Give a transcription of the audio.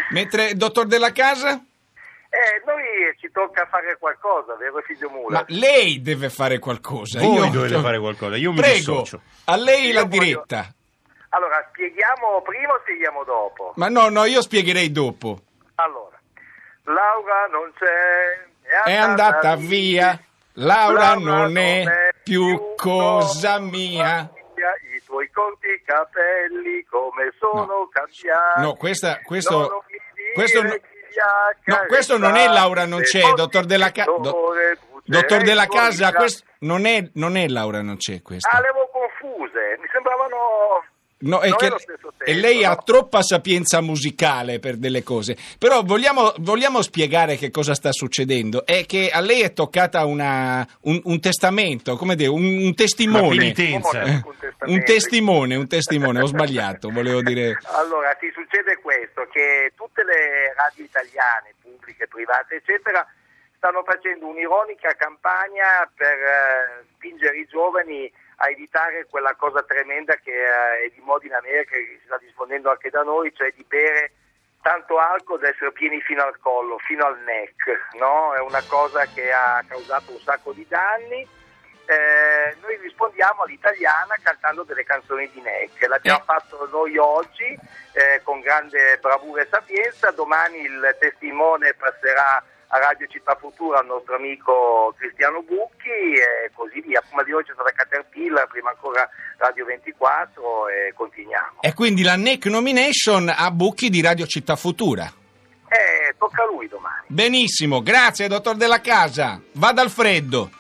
Mentre dottor Della Casa? Noi ci tocca fare qualcosa, vero figlio Mula? Ma lei deve fare qualcosa. Voi dovete fare qualcosa, io mi Prego, dissocio. a lei Io la voglio- diretta. Allora, spieghiamo prima o spieghiamo dopo? Ma no, io spiegherei dopo. Allora, Laura non c'è, È andata via, Laura non è più cosa mia. I tuoi corti capelli come sono cambiati. No, questo Non mi dire questo no- chi li ha no, questo non è Laura non c'è, carezzati, dottor Della Casa. dove Dottor Della butterei Casa, fuori questo non è Laura non c'è questo. le avevo confuse, mi sembravano... No, è non che è lo stesso e testo, lei ha no? troppa sapienza musicale per delle cose. Però vogliamo spiegare che cosa sta succedendo? È che a lei è toccata un testamento, come dire, un testimone. Una penitenza. Un testimone, ho sbagliato, volevo dire. Allora, ti succede questo, che tutte le radio italiane, pubbliche, private, eccetera, stanno facendo un'ironica campagna per spingere i giovani a evitare quella cosa tremenda che è di moda in America, che si sta diffondendo anche da noi, cioè di bere tanto alcol da essere pieni fino al collo, fino al neck, no? È una cosa che ha causato un sacco di danni. Noi rispondiamo all'italiana cantando delle canzoni di neck. L'abbiamo fatto noi oggi con grande bravura e sapienza. Domani il testimone passerà a Radio Città Futura al nostro amico Cristiano Bucchi e così via. Prima di noi c'è stata Caterpillar, prima ancora Radio 24 e continuiamo. E quindi la NEC nomination a Bucchi di Radio Città Futura. Tocca a lui domani. Benissimo, grazie dottor Della Casa. Vada al freddo.